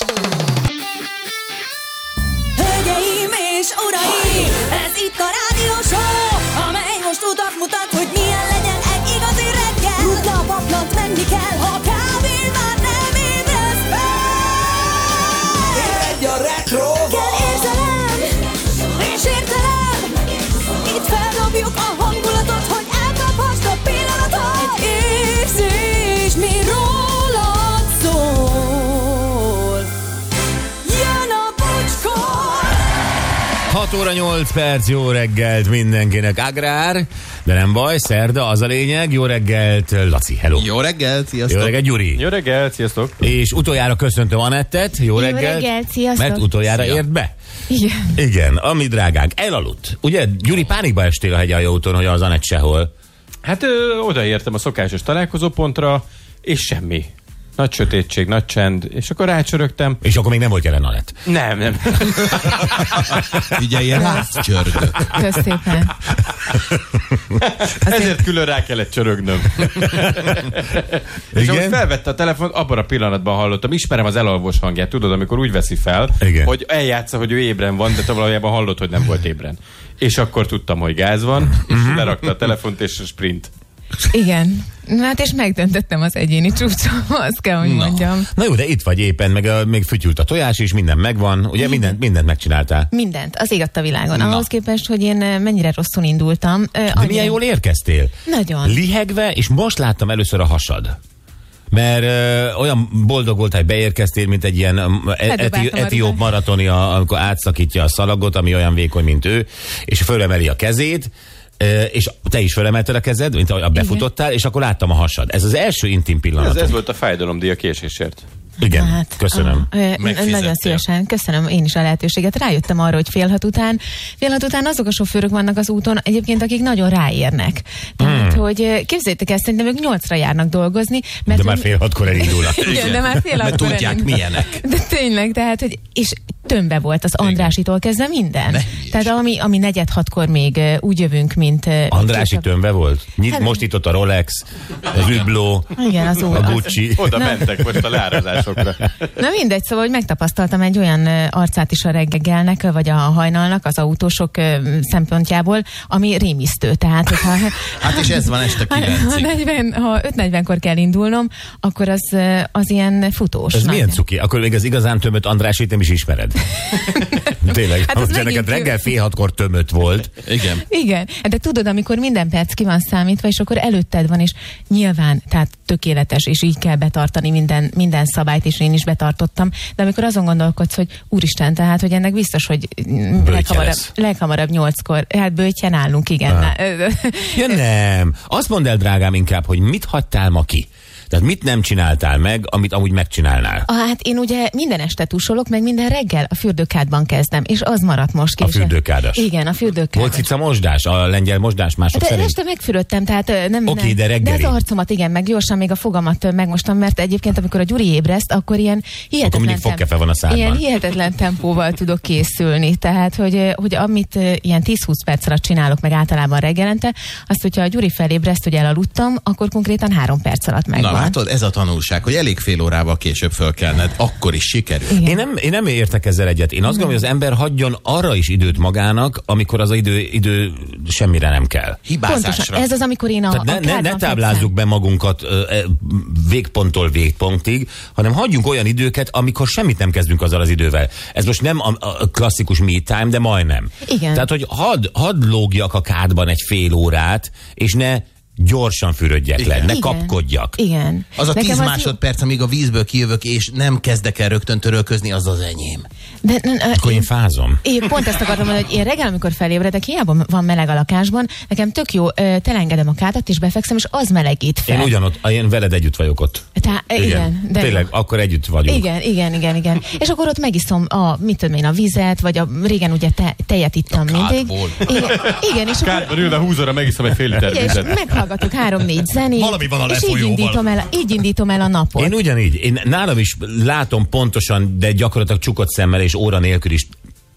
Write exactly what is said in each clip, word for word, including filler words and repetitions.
Hölgyeim és uraim, ez itt a rádió show, amely most utat mutat, hogy milyen legyen egy igazi reggel. Rutna a paplant, menni kell, ha kávén már nem ébresz fel. Egy a retro. Kell érzelem és értelem, itt feldobjuk a hangulatot, hogy elkaphast a pillanatot. Egy érzés, mi rólad szól. Jön a bocskor. hat óra nyolc perc, jó reggelt mindenkinek. Agrár, de nem baj, szerda, az a lényeg. Jó reggelt, Laci, hello. Jó reggelt, sziasztok. Jó reggelt, Gyuri. Jó reggelt, sziasztok. És utoljára köszöntöm Anettet. Jó, Jó reggelt. reggelt, sziasztok. Mert utoljára Szia. ért be. Igen. Igen, ami drágánk, elaludt. Ugye, Gyuri, pánikba estél a hegyaljaúton, hogy az Anett sehol. Hát ö, odaértem a szokásos találkozópontra, és semmi. Nagy sötétség, nagy csend, és akkor rácsörögtem. És akkor még nem volt jelen Anett. Nem, nem. Figyelj, rácsörgök. Kösz szépen. Ezért külön rá kellett csörögnöm. És Igen? ahogy felvette a telefont, abban a pillanatban hallottam. Ismerem az elalvos hangját, tudod, amikor úgy veszi fel, Igen. hogy eljátsza, hogy ő ébren van, de valójában hallott, hogy nem volt ébren. És akkor tudtam, hogy gáz van, és lerakta a telefont, és a sprint. Igen. Na hát és megdöntöttem az egyéni csúcsom, azt kell, hogy mondjam. Na jó, de itt vagy éppen, meg a, még fütyült a tojás is, minden megvan. Ugye mindent, mindent megcsináltál. Mindent, az ég a világon. Na. Ahhoz képest, hogy én eh, mennyire rosszul indultam. eh, De annyira- milyen jól érkeztél. Nagyon. Lihegve, és most láttam először a hasad. Mert ö, olyan boldog voltál, hogy beérkeztél, mint egy ilyen um, eti, Eldobáltam a etióp ruhát. maratonia, amikor átszakítja a szalagot, ami olyan vékony, mint ő, és fölemeli a kezét, ö, és te is fölemelted a kezed, mint ahogy befutottál, és akkor láttam a hasad. Ez az első intim Ez, pillanat. ez volt a fájdalomdíj a késésért. Igen, Hát, köszönöm. ah, ö, Megfizettél. nagyon szívesen, köszönöm én is a lehetőséget. Rájöttem arra, hogy fél hat után, fél hat után azok a sofőrök vannak az úton egyébként, akik nagyon ráérnek. Tehát, hmm. hogy ö, képzeljétek el, szerintem ők nyolcra járnak dolgozni. Mert De már fél hatkor elindulnak. Igen, de már fél Mert hatkor tudják, elindul. milyenek. De tényleg, tehát, hogy és tömbe volt az Andrásitól kezdve minden. Ne Tehát ami, ami negyed hatkor még ö, úgy jövünk, mint... ö, Andrási csak- tömve volt? Nyit, Hát- most itt ott a Rolex, az Hublot, Igen, az úr. a az- Gucci. Oda Na. mentek most a leárazásokra. Na mindegy, szóval, hogy megtapasztaltam egy olyan ö, arcát is a reggelnek, ö, vagy a hajnalnak az autósok ö, szempontjából, ami rémisztő. Tehát, hogyha... Hát és ez van este Ha, ha, kilencig. negyven, ha öt negyvenkor kell indulnom, akkor az, ö, az ilyen futós. Ez nagy. milyen cuki? Akkor még az igazán tömött Andrásit nem is ismered. Tényleg, Hát az hát neked megint- reggel fél hatkor tömött volt. Igen. Igen, de tudod, amikor minden perc ki van számítva, és akkor előtted van, és nyilván, tehát tökéletes, és így kell betartani minden, minden szabályt, és én is betartottam, de amikor azon gondolkodsz, hogy úristen, tehát, hogy ennek biztos, hogy leghamarabb, lesz. leghamarabb nyolckor, hát bőtjen állunk, igen. Ah. Na, Ja nem. Azt mondd el, drágám, inkább, hogy mit hagytál ma ki? Tehát mit nem csináltál meg, amit amúgy megcsinálnál? Ah, hát én ugye minden este tusolok, meg minden reggel a fürdőkádban kezdem, és az maradt most A később. fürdőkádas. Igen, a fürdőkádas. Volt cica mosdás? A lengyel mosdás mások De szerint? este megfürödtem, tehát ö, nem... Oké, nem. de reggeli. De az arcomat, igen, meg gyorsan még a fogamat ö, megmostam, mert egyébként, amikor a Gyuri ébreszt, akkor ilyen hihetetlen... Akkor mindig fogkefe van a szádban. Ilyen hihetetlen tempóval tudok készülni. Tehát, hogy, ö, hogy amit ö, ilyen tíz-húsz perc alatt csinálok meg általában reggelente, azt, hogyha a Gyuri felébreszt, hogy elaludtam, akkor konkrétan három perc alatt megvan. Na látod, ez a tanulság, hogy elég fél órával később fölkelned, akkor is sikerül. Igen. Én nem, én nem értek ezzel egyet. Én azt gondolom, hogy az ember hagyjon arra is időt magának, amikor az a idő, idő semmire nem kell. Hibázásra. Pontosan. Ez az, amikor én a, Tehát a ne, ne, kádban ne fekszem. táblázzuk be magunkat ö, ö, végponttól végpontig, hanem hagyjunk olyan időket, amikor semmit nem kezdünk azzal az idővel. Ez most nem a, a klasszikus me time, de majdnem. Igen. Tehát, hogy hadd had lógjak a kádban egy fél órát, és ne gyorsan fürödjek le, Igen. ne Igen. kapkodjak. Igen. Az a Nekem tíz jó- másodperc, amíg a vízből kijövök, és nem kezdek el rögtön törölközni, az az enyém. De, ne, ne, Akkor én fázom. Én pont ezt akartam mondani, hogy én reggel, amikor felébredek, hiába van meleg a lakásban, nekem tök jó, ö, telengedem a kádat, és befekszem, és az melegít fel. Én ugyanott, én veled együtt vagyok ott. Tá, igen, igen, de Tényleg, akkor együtt vagyunk. igen, igen, igen, igen. És akkor ott megiszom a, mit tudom én, a vizet, vagy a régen ugye te, tejet ittam A mindig. kádból. Igen, igen, és akkor Kádban ülve húzóra megiszom egy fél liter igen, és vizet. meghallgatok három-négy zenét, Valami van a és így lefolyóval. indítom, el, így indítom el a napot. Én ugyanígy. Én nálam is látom pontosan, de gyakorlatilag csukott szemmel és óra nélkül is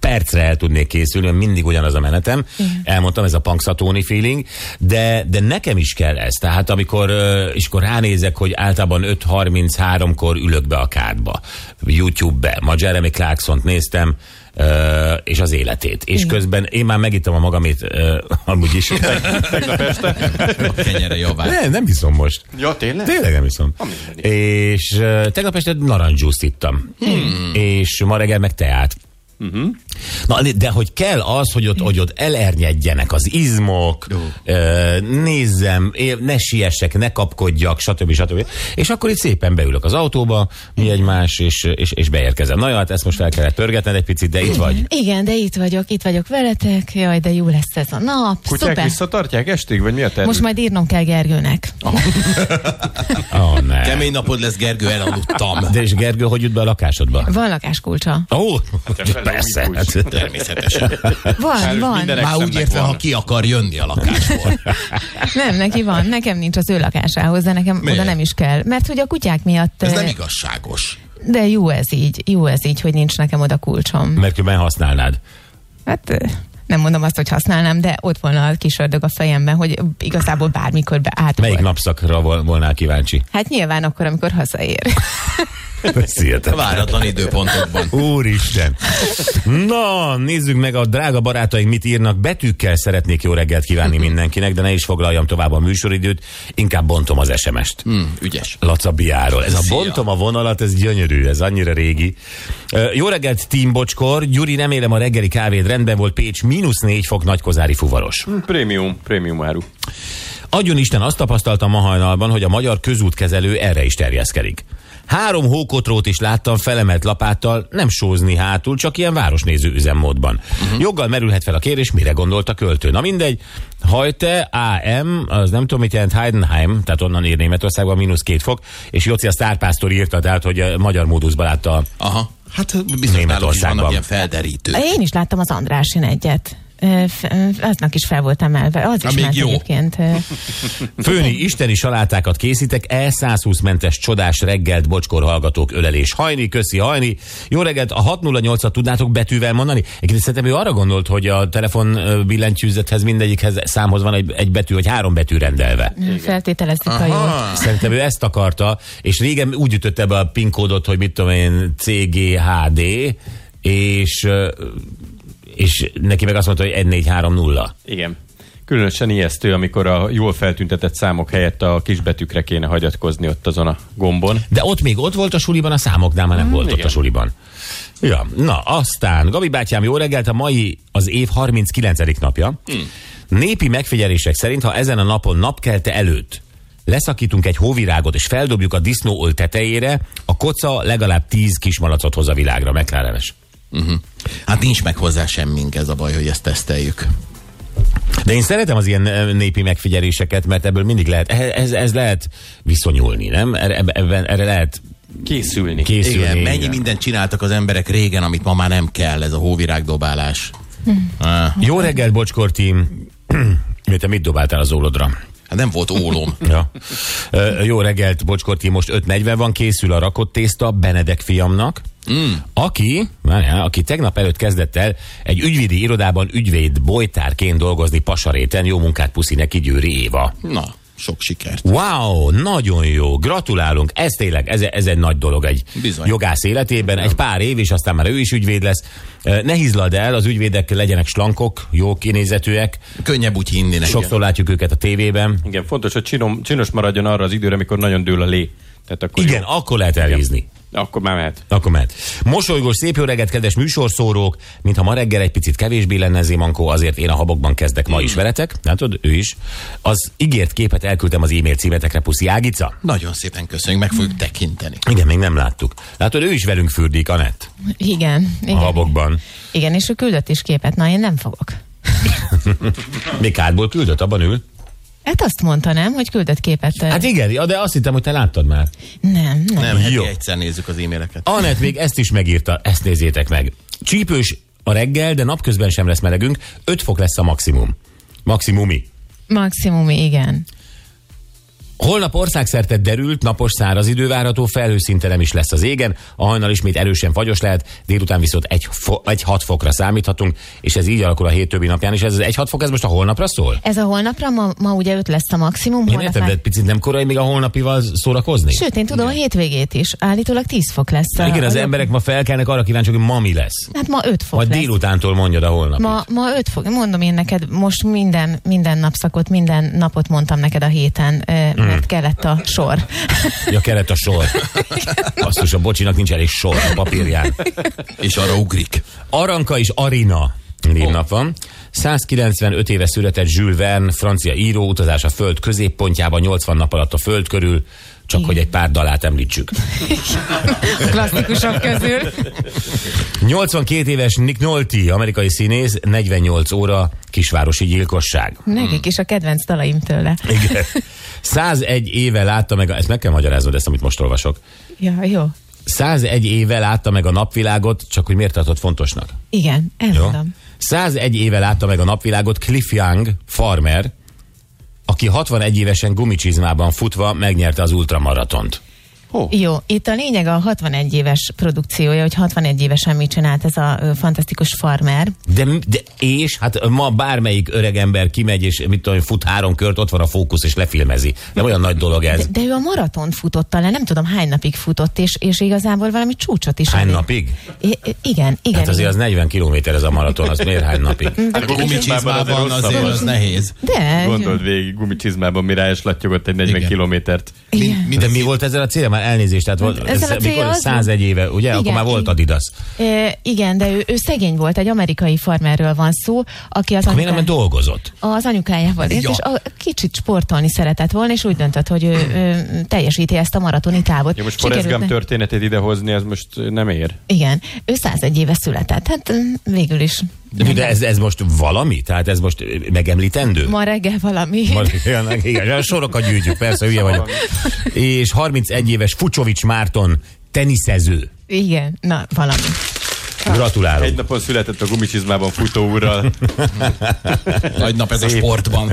percre el tudnék készülni, mert mindig ugyanaz a menetem. Igen. Elmondtam, ez a Punxsutawney feeling, de, de nekem is kell ez. Tehát amikor, és akkor ránézek, hogy általában öt harmincháromkor ülök be a kádba, YouTube-be, ma Jeremy Clarksont néztem, Uh, és az életét. És igen. közben én már megittem a magamét uh, amúgy is. Tegnap este. A kenyere javát. Nem, nem iszom most. Ja, tényleg? Tényleg nem iszom. És uh, tegnap este narancsdzsúszt ittam. Hmm. És ma reggel meg teát. Uh-huh. Na, de hogy kell az, hogy ott, hogy ott elernyedjenek az izmok, uh, nézzem, ne siessek, ne kapkodjak, stb. stb. És akkor itt szépen beülök az autóba, mi egymás, és, és, és beérkezem. Na jó, hát ezt most fel kellett pörgetned egy picit, de itt vagy. Igen, de itt vagyok, itt vagyok veletek, jaj, de jó lesz ez a nap. Kutyák szuper. Visszatartják estig, vagy mi a terv? Most majd írnom kell Gergőnek. Oh, ne. Kemény napod lesz, Gergő, elaludtam. De és Gergő, hogy jut be a lakásodba? Van lakáskulcsa. Ó, oh, persze. Hát, természetesen. Van, van. Már úgy értve, ha ki akar jönni a lakásból. Nem, neki van. Nekem nincs az ő lakásához, de nekem miért? Oda nem is kell. Mert hogy a kutyák miatt... Ez nem igazságos. De jó ez így. Jó ez így, hogy nincs nekem oda kulcsom. Mert különben használnád. Hát... Nem mondom azt, hogy használnám, de ott volna a kis ördög a fejemben, hogy igazából bármikor be át. Melyik napszakra volnál kíváncsi? Hát nyilván akkor, amikor hazaér. Váratlan időpontokban. Úristen! Na, nézzük meg a drága barátaink mit írnak. Betűkkel szeretnék jó reggelt kívánni mindenkinek, de ne is foglaljam tovább a műsoridőt, inkább bontom az es em est. Hmm, ügyes. Laca Biáról. Ez a Szia. bontom a vonalat, ez gyönyörű, ez annyira régi. Jó reggelt, Team Bocskor. Gyuri, remélem a reggeli kávéd rendben volt. Pécs, mínusz négy fok, nagykozári fuvaros. Prémium, prémium áru. Adjon Isten, azt tapasztaltam ma hajnalban, hogy a magyar közútkezelő erre is terjeszkedik. Három hókotrót is láttam felemelt lapáttal, nem sózni hátul, csak ilyen városnéző üzemmódban. Uh-huh. Joggal merülhet fel a kérdés, mire gondolt a költő. Na mindegy, Hajte á em, az nem tudom mit jelent, Heidenheim, tehát onnan ír Németországban, mínusz két fok, és Jóci a sztárpásztor írta, tehát, hogy a magyar móduszban látta. Aha, hát biztos náluk is vannak ilyen felderítők. Én is láttam az Andrásin egyet. Aznak is fel volt emelve. Az is ment egyébként. Főni, isteni salátákat készítek, E száz húsz mentes csodás reggelt, Bocskor hallgatók, ölelés. Hajni, köszi, hajni. Jó reggelt, a hat nulla nyolcat tudnátok betűvel mondani? Egyébként szerintem ő arra gondolt, hogy a telefon billentyűzethez mindegyikhez számhoz van egy, egy betű, vagy három betű rendelve. Feltételezzük a jót. Szerintem ő ezt akarta, és régen úgy ütötte be a PIN kódot, hogy mit tudom én, cé gé há dé, és... és neki meg azt mondta, hogy egy négy három nulla. Igen. Különösen ijesztő, amikor a jól feltüntetett számok helyett a kisbetűkre kéne hagyatkozni ott azon a gombon. De ott még ott volt a suliban, a számoknál már nem mm, volt igen. ott a suliban. Ja, na aztán, Gabi bátyám, jó reggelt, a mai az év harminckilencedik napja. Mm. Népi megfigyelések szerint, ha ezen a napon napkelte előtt leszakítunk egy hóvirágot és feldobjuk a disznóöl tetejére, a koca legalább tíz kismalacot hoz a világra, McLarenes. Uh-huh. Hát nincs meg hozzá semmink, ez a baj, hogy ezt teszteljük. De én szeretem az ilyen népi megfigyeléseket, mert ebből mindig lehet, ez, ez lehet viszonyulni, nem? Erre, ebben, erre lehet készülni. készülni. Igen, mennyi igen. mindent csináltak az emberek régen, amit ma már nem kell, ez a hóvirágdobálás. Hmm. Ah. Jó reggelt, Bocskor team. Te mit dobáltál az ólodra? Hát nem volt ólom. Ja. Jó reggelt, Bocskor team, most öt negyven van, készül a rakott tészta Benedek fiamnak. Mm. Aki, várjál, aki tegnap előtt kezdett el egy ügyvédi irodában ügyvéd bojtárként dolgozni Pasaréten. Jó munkát, puszi neki, Győri Éva. Na, sok sikert. Wow, nagyon jó, gratulálunk. Ez tényleg, ez, ez egy nagy dolog egy Bizony. jogász életében. Egy pár év, és aztán már ő is ügyvéd lesz. Ne hízlad el, az ügyvédek legyenek slankok, jó kinézetűek. Könnyebb úgy hinni neki. Sokszor látjuk őket a tévében. Igen, fontos, hogy csinom, csinos maradjon arra az időre, amikor nagyon dől a lé. Tehát akkor Igen, jó. akkor lehet elhízni. Akkor már mehet. Akkor mehet. Mosolygós, szép jó reggelt, kedves műsorszórók, mintha ma reggel egy picit kevésbé lenne Zimankó, azért én a habokban kezdek ma is veletek. Látod, ő is. Az ígért képet elküldtem az e-mail címetekre, puszi Ágica. Nagyon szépen köszönjük, meg fogjuk tekinteni. Igen, még nem láttuk. Látod, ő is velünk fürdik, Anett. Igen. igen. A habokban. Igen, és ő küldött is képet. Na, én nem fogok. Még kádból küldött, abban ül? Hát azt mondta, nem, hogy küldött képet. Hát igen, de azt hittem, hogy te láttad már. Nem, nem. Nem, heti Jó. egyszer nézzük az e-maileket. Anett még ezt is megírta, ezt nézzétek meg. Csípős a reggel, de napközben sem lesz melegünk, öt fok lesz a maximum. Maximumi. Maximumi, igen. Holnap országszerte derült, napos száraz idő várható, felhőszinte nem is lesz az égen, a hajnal ismét erősen fagyos lehet, délután viszont egy, fo- egy hat fokra számíthatunk, és ez így alakul a hét többi napján, és ez az egy hat fok, ez most a holnapra szól? Ez a holnapra, ma, ma ugye öt lesz a maximum. Én értem, de picit nem korai még a holnapival szórakozni? Sőt, én tudom, a hétvégét is. Állítólag tíz fok lesz. A, Igen, az a emberek ma felkelnek, arra kíváncsiak, hogy ma mi lesz. Hát ma öt fok Majd lesz. délutántól mondjad a holnapit. Ma, ma öt fok. Mondom én neked, most minden, minden napszakot, minden napot mondtam neked a héten, mert kellett a sor. Ja, kellett a sor. Basszus, a bocsinak nincs elég sor a papírján. És arra ugrik. Aranka és Arina névnap van. százkilencvenöt éve született Jules Verne, francia író, utazás a Föld középpontjában, nyolcvan nap alatt a Föld körül, csak hogy egy pár dalát említsük. A klasszikusok közül. nyolcvankét éves Nick Nolte, amerikai színész, negyvennyolc óra kisvárosi gyilkosság. Nekik is a kedvenc dalaim tőle. Igen. százegy éve látta meg, a, ezt meg kell magyaráznod, ezt, amit most olvasok. Ja, jó. százegy éve látta meg a napvilágot, csak hogy miért tartott fontosnak. Igen, Jó? elmondom. százegy éve látta meg a napvilágot Cliff Young, farmer, aki hatvanegy évesen gumicsizmában futva megnyerte az ultramaratont. Oh. Jó, itt a lényeg a hatvanegy éves produkciója, hogy hatvanegy évesen mit csinált ez a ö, fantasztikus farmer. De, de és hát ma bármelyik öreg ember kimegy, és mit tudom, fut három kört, ott van a fókusz, és lefilmezi. Nem olyan nagy dolog ez. De, de ő a maratont futotta le, nem tudom hány napig futott, és, és igazából valami csúcsot is. Hány elért. napig? I, igen, igen. Hát azért igen. az negyven kilométer ez a maraton, az miért hány napig? Hát gumicsizmában azért az nehéz. De, Gondold végig, gumicsizmában mi ráeslattyogott egy negyven Igen. kilométert. igen. Mind De mi volt ezzel a célja? Már elnézést, tehát volt, Ezzel a ez, célja mikor, az- százegy éve, ugye? Igen, Akkor már volt igen. Adidas. E, igen, de ő, ő szegény volt, egy amerikai farmerről van szó, aki az, Akkor miért nem anyuká... dolgozott? az anyukájával ért, Ja. és a, kicsit sportolni szeretett volna, és úgy döntött, hogy ő, ő teljesíti ezt a maratoni távot. Ja, most Forrest Gump ne- történetét idehozni, az most nem ér. Igen, ő százegy éve született, hát mm, végül is. De, de ez, ez most valami? Tehát ez most megemlítendő? Ma reggel valami. Mar- igen, igen, a sorokat gyűjtjük, persze, hülye vagyok. És harmincegy éves Fucsovics Márton teniszező. Igen, na valami. Gratulálok. Egy napon született a gumicsizmában futó úrral. Nagy nap ez a sportban.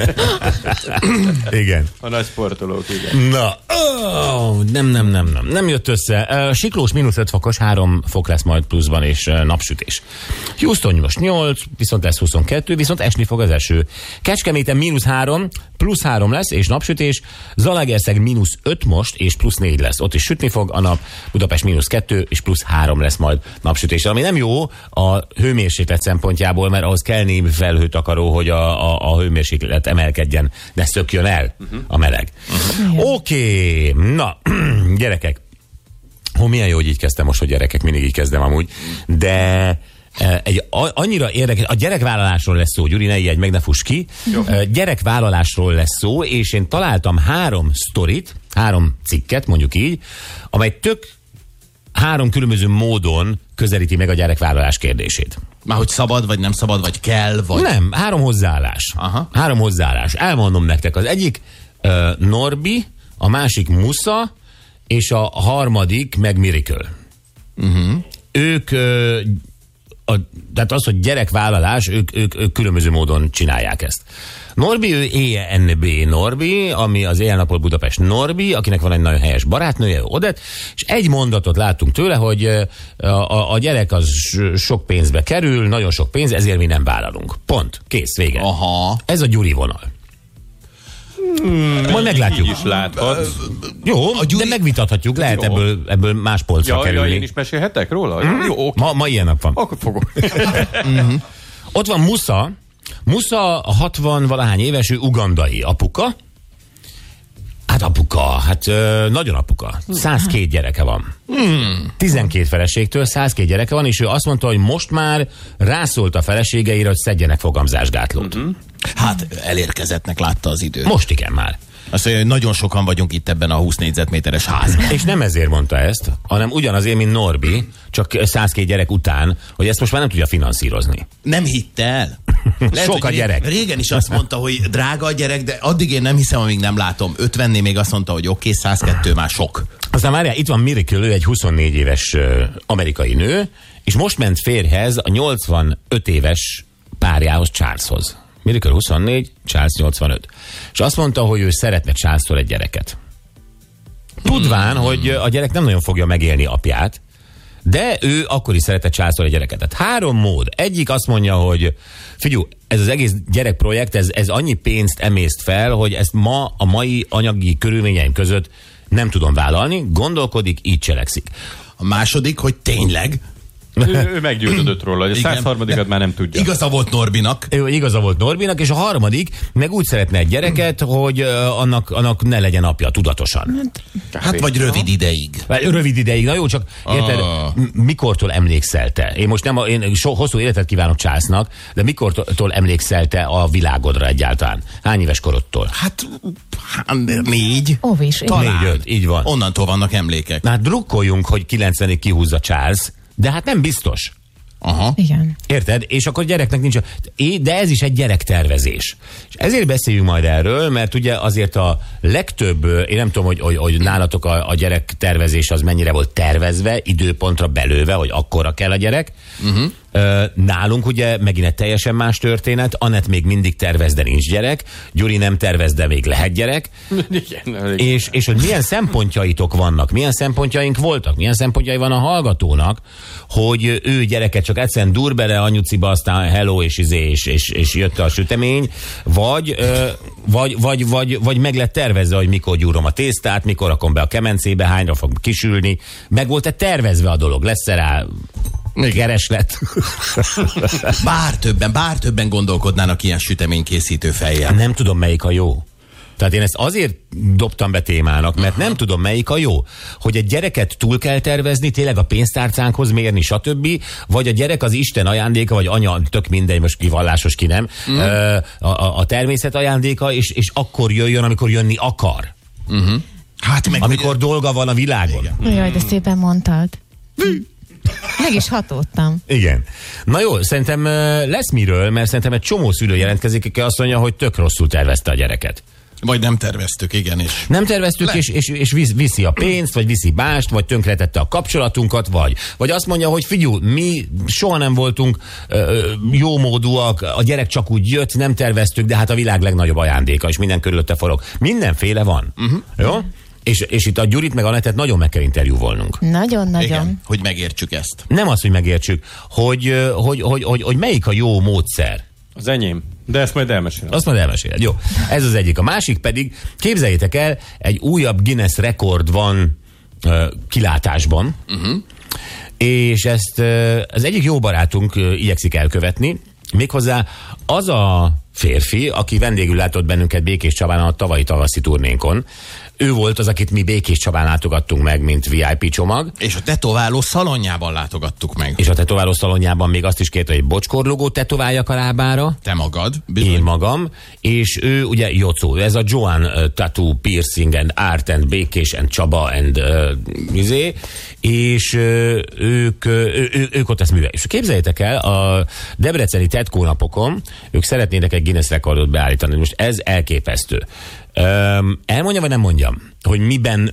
Igen. A nagy sportolók, igen. Na, oh, nem, nem, nem, nem. Nem jött össze. Uh, Siklós mínusz öt fokos, három fok lesz majd pluszban, és uh, napsütés. Houston most nyolc, viszont lesz huszonkettő, viszont esni fog az eső. Kecskeméten mínusz három, plusz három lesz, és napsütés. Zalaegerszeg mínusz öt most, és plusz négy lesz. Ott is sütni fog a nap. Budapest mínusz kettő, és plusz három lesz majd napsütés. Ami nem jó a hőmérséklet szempontjából, mert ahhoz kell némi felhőtakaró, hogy a, a, a hőmérséklet emelkedjen, de szökjön el uh-huh. a meleg. Uh-huh. Oké, okay. Na, gyerekek. Hó, milyen jó, hogy így kezdtem most, hogy gyerekek, mindig így kezdem amúgy, de egy a, annyira érdekes, a gyerekvállalásról lesz szó, Gyuri, ne ijedj meg, ne fuss ki. Jó. Gyerekvállalásról lesz szó, és én találtam három sztorit, három cikket, mondjuk így, amely tök három különböző módon közelíti meg a gyerekvállalás kérdését. Már hogy szabad, vagy nem szabad, vagy kell, vagy... Nem, három hozzáállás. Aha. Három hozzáállás. Elmondom nektek. Az egyik uh, Norbi, a másik Musza, és a harmadik meg Miracle. Uh-huh. Ők, uh, a, tehát az, hogy gyerekvállalás, ők, ők, ők különböző módon csinálják ezt. Norbi, ő E N B Norbi, ami az Éjjel-Nappal Budapest Norbi, akinek van egy nagyon helyes barátnője, Odett, és egy mondatot láttunk tőle, hogy a, a, a gyerek az sok pénzbe kerül, nagyon sok pénz, ezért mi nem vállalunk. Pont. Kész, vége. Aha. Ez a Gyuri vonal. Hmm, majd meglátjuk. Így is láthatsz. Jó, Gyuri... de megvitathatjuk, lehet Jó. ebből, ebből más polcra Ja, ja, kerülni. én is mesélhetek róla? Mm. Jó, oké. Ma, ma ilyen nap van. Akkor fogom. Ott van Musza. Musza hatvan-valahány éves, ő ugandai apuka. Hát apuka, hát ö, nagyon apuka. százkettő gyereke van. Hmm. tizenkét feleségtől százkettő gyereke van, és ő azt mondta, hogy most már rászólt a feleségeire, hogy szedjenek fogamzásgátlót. Mm-hmm. Hát elérkezettnek látta az idő. Most igen már. Azt mondja, hogy nagyon sokan vagyunk itt ebben a húsz négyzetméteres házban. És nem ezért mondta ezt, hanem ugyanazért, mint Norbi, csak százkettő gyerek után, hogy ezt most már nem tudja finanszírozni. Nem hitte el. Lehet, Sok a hogy gyerek. Régen is azt mondta, hogy drága a gyerek, de addig én nem hiszem, amíg nem látom. ötvennél még azt mondta, hogy oké, okay, százkettő már sok. Aztán várjál, itt van Miracle, ő egy huszonnégy éves uh, amerikai nő, és most ment férjhez a nyolcvanöt éves párjához, Charleshoz. Miracle huszonnégy, Charles nyolcvanöt. És azt mondta, hogy ő szeretne Charles-tól egy gyereket. Tudván, hogy a gyerek nem nagyon fogja megélni apját, de ő akkor is szeretett Charles-tól egy gyereket. Tehát három mód. Egyik azt mondja, hogy figyelj, ez az egész gyerekprojekt, ez, ez annyi pénzt emészt fel, hogy ezt ma a mai anyagi körülményeim között nem tudom vállalni, gondolkodik, így cselekszik. A második, hogy tényleg ő, ő meggyőződött róla, hogy a száz harmadikat már nem tudja. Igaza volt Norbinak. Ő, igaza volt Norbinak, és a harmadik meg úgy szeretne egy gyereket, hogy uh, annak, annak ne legyen apja tudatosan. Hát vagy rövid ideig. Rövid ideig, na jó, csak érted, Ah. m- mikortól emlékszel te? Én most nem, a, én so, hosszú életet kívánok Charlesnak, de mikortól emlékszel te a világodra egyáltalán? Hány éves korodtól? Hát hát négy. Óvis. igen. Talán. Négy, öt, így van. Onnantól vannak emlékek. Na hát drukkoljunk, hogy kilencvenig kihúzza Charles, de hát nem biztos. Aha. Igen. Érted? És akkor gyereknek nincs... É, de ez is egy gyerektervezés. És ezért beszéljünk majd erről, mert ugye azért a legtöbb, én nem tudom, hogy, hogy, hogy nálatok a, a gyerektervezés az mennyire volt tervezve, időpontra belőve, hogy akkorra kell a gyerek. Uh-huh. Nálunk ugye megint egy teljesen más történet. Anett még mindig tervez, de nincs gyerek. Gyuri nem tervez, de még lehet gyerek. Igen, És, és hogy milyen szempontjaitok vannak, milyen szempontjaink voltak, milyen szempontjai van a hallgatónak, hogy ő gyereket csak egyszerűen dur bele anyuciba, aztán hello, és, izé, és, és, és jött a sütemény, vagy, ö, vagy, vagy, vagy, vagy meg lett tervezve, hogy mikor gyúrom a tésztát, mikor rakom be a kemencébe, hányra fog kisülni. Meg volt-e tervezve a dolog? Lesz-e rá kereslet? Bár többen, bár többen gondolkodnának ilyen süteménykészítő fejjel. Nem tudom, melyik a jó. Tehát én ezt azért dobtam be témának, mert Aha. nem tudom, melyik a jó. Hogy egy gyereket túl kell tervezni, tényleg a pénztárcánkhoz mérni, stb. Vagy a gyerek az Isten ajándéka, vagy anya, tök mindegy, most ki vallásos, ki nem. Mm. A, a, a természet ajándéka, és, és akkor jöjjön, amikor jönni akar. Uh-huh. Hát meg Amikor hogy... dolga van a világon. Igen. Jaj, de szépen mondtad. Meg is hatódtam. Igen. Na jó, szerintem lesz miről, mert szerintem egy csomó szülő jelentkezik, aki azt mondja, hogy tök rosszul tervezte a gyereket. Vagy nem terveztük, igen. És... Nem terveztük, és, és, és viszi a pénzt, vagy viszi mást, vagy tönkretette a kapcsolatunkat, vagy. Vagy azt mondja, hogy figyelj, mi soha nem voltunk ö, jómódúak, a gyerek csak úgy jött, nem terveztük, de hát a világ legnagyobb ajándéka, és minden körülötte forog. Mindenféle van. Uh-huh. Jó? És, és itt a Gyurit meg Anettet nagyon meg kell interjúvolnunk. Nagyon-nagyon. Igen, hogy megértsük ezt. Nem az, hogy megértsük, hogy, hogy, hogy, hogy, hogy melyik a jó módszer. Az enyém. De ezt majd elmesélem. Azt majd elmeséled. Jó. Ez az egyik. A másik pedig, képzeljétek el, egy újabb Guinness rekord van uh, kilátásban, uh-huh. és ezt uh, az egyik jó barátunk uh, igyekszik elkövetni, méghozzá az a férfi, aki vendégül látott bennünket Békés Csabán a tavalyi tavaszi turnénkon. Ő volt az, akit mi Békés Csabán látogattunk meg, mint vé i pé csomag. És a tetováló szalonjában látogattuk meg. És a tetováló szalonjában még azt is kérte, hogy bocskorlogót tetováljak a lábára. Te magad? Bizony. Én magam. És ő ugye Jocó. Ez a Joan uh, Tattoo Piercing and Art and Békés and Csaba and uh, izé. És uh, ők, uh, ő, ő, ők ott ezt művel. És képzeljétek el, a debreceni tetkó napokon ők szeretnének egy Guinness rekordot beállítani. Most ez elképesztő. Um, elmondja, vagy nem mondjam, hogy miben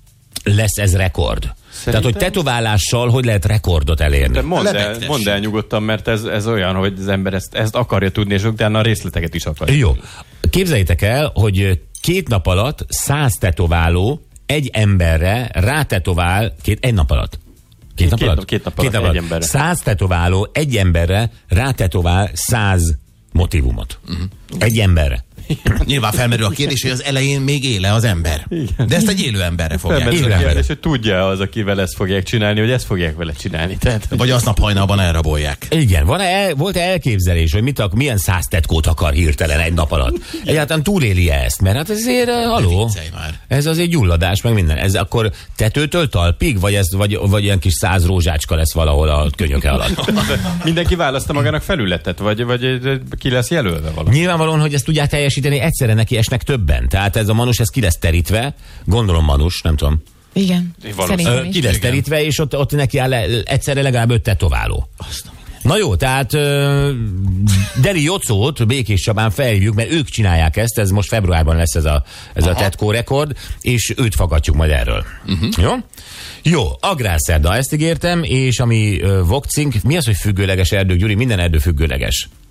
lesz ez rekord? Szerintem... Tehát, hogy tetoválással hogy lehet rekordot elérni? De mondd el, mondd el nyugodtan, mert ez, ez olyan, hogy az ember ezt, ezt akarja tudni, és utána a részleteket is akarja. Jó. Képzeljétek el, hogy két nap alatt száz tetováló egy emberre rátetovál, két, egy nap alatt. Két nap két, alatt? Két nap alatt, két nap alatt egy emberre. Száz tetováló egy emberre rátetovál száz motivumot. Uh-huh. Egy emberre. Nyilván felmerül a kérdés, hogy az elején még éle az ember. Igen. De ezt egy élő emberre fogják csinálni. Élő emberre. És hogy tudja az, akivel ezt fogják csinálni, hogy ezt fogják vele csinálni. Tehát, vagy aznap hajnalban elrabolják. Igen, van el, volt elképzelés, hogy mit, milyen száz tetkót akar hirtelen egy nap alatt? Egyáltalán túléli ezt, mert hát ezért, haló, ez azért gyulladás, meg minden. Ez akkor tetőtől talpig, vagy, ez, vagy, vagy ilyen kis száz rózsácska lesz valahol a könyöke alatt? Mindenki választa magának felületet, vagy, vagy ki lesz jelölve valami? Nyilvánvalóan, hogy ezt tudják teljesíteni, egyszerre neki esnek többen. Tehát ez a manus, ez ki lesz terítve, gondolom manus, nem tudom. Igen, Ö, ki lesz terítve, és ott, ott neki áll le, egyszerre legalább öt tetováló. Na jó, tehát uh, Deli Jocót Békés Csabán felhívjuk, mert ők csinálják ezt, ez most februárban lesz ez a, ez a tetkó rekord, és őt fogadjuk majd erről. Uh-huh. Jó? Jó, agrárszerda, ezt ígértem, és ami uh, vokcink, mi az, hogy függőleges erdők, Gyuri? Minden erdő függőleges.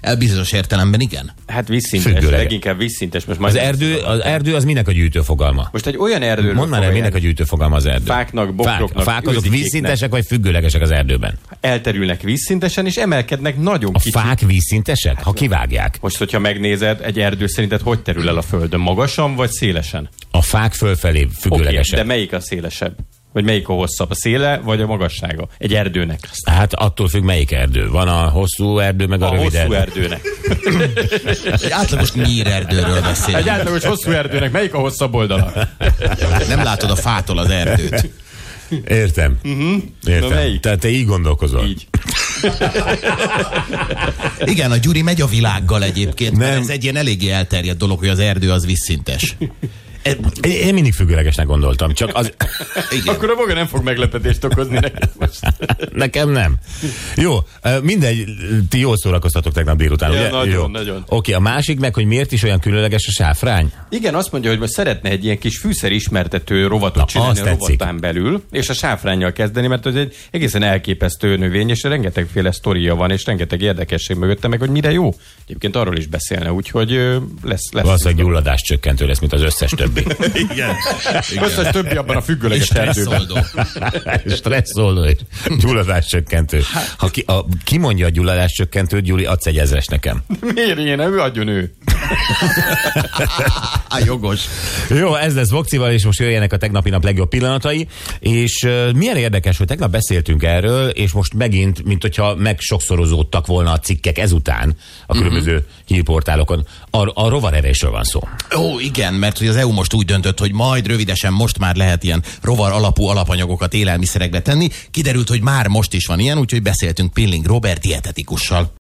El bizonyos értelemben igen. Hát vízszintes, Függőleg. leginkább vízszintes. Most Az majd erdő, az erdő az minek a gyűjtőfogalma? Most egy olyan erdőről Mondd már el, fogja minek a gyűjtőfogalma az erdő? Fáknak, bokroknak, Fák. A fák azok őzikéknek. vízszintesek vagy függőlegesek az erdőben? elterülnek vízszintesen, és emelkednek nagyon A kicsit. fák vízszintesek? Ha kivágják. Most, hogyha megnézed, egy erdő szerinted hogy terül el a földön? Magasan vagy szélesen? A fák fölfelé Oké, függőlegesek. de melyik a szélesebb? Vagy melyik a hosszabb? A széle vagy a magassága? Egy erdőnek. Hát attól függ, melyik erdő. Van a hosszú erdő, meg a, A rövid hosszú erdő. erdőnek. Egy átlagos nyírerdőről Egy beszélünk. átlagos hosszú erdőnek melyik a hosszabb oldala? Nem látod a fától az erdőt. Értem. Értem. Na, melyik? Tehát te így gondolkozol. Így. Igen, a Gyuri megy a világgal egyébként, mert Nem. ez egy ilyen eléggé elterjedt dolog, hogy az erdő az vízszintes. E, Én én mindig függőlegesnek gondoltam, csak az, igen. Akkor a maga nem fog meglepetést okozni neked most. nekem nem. Jó, mindegy, ti jól szórakoztatok tegnap délután, Ja, ugye? nagyon, Jó. nagyon. Oké, a másik meg, hogy miért is olyan különleges a sáfrány? Igen, azt mondja, hogy most szeretne egy ilyen kis fűszer ismertető rovatot Na, csinálni azt a tetszik. rovatán belül, és a sáfránnyal kezdeni, mert ez egy egészen elképesztő növény, és rengetegféle sztoria van, és rengeteg érdekesség mögötte, meg hogy mire jó. Egyébként arról is beszélne, úgyhogy ö, lesz. lesz Valószínűleg gyulladás csökkentő lesz, mint az összes többi. Igen. Összes többi abban a És függőleges erdőben. stresszoldó. Stresszoldó és gyulladás csökkentő. Ha ki, a, ki mondja a gyulladás csökkentőt, Gyuri, adsz egy ezres nekem. Miért én? Ő adjon ő. Á, jogos. Jó, ez lesz Vokcival, és most jöjjenek a tegnapi nap legjobb pillanatai, és uh, milyen érdekes, hogy tegnap beszéltünk erről, és most megint, mint hogyha megsokszorozódtak volna a cikkek ezután a különböző uh-huh. hírportálokon. A, a rovarevésről van szó. Ó, igen, mert hogy az é u most úgy döntött, hogy majd rövidesen most már lehet ilyen rovar alapú alapanyagokat élelmiszerekbe tenni. Kiderült, hogy már most is van ilyen, úgyhogy beszéltünk Pilling Robert dietetikussal.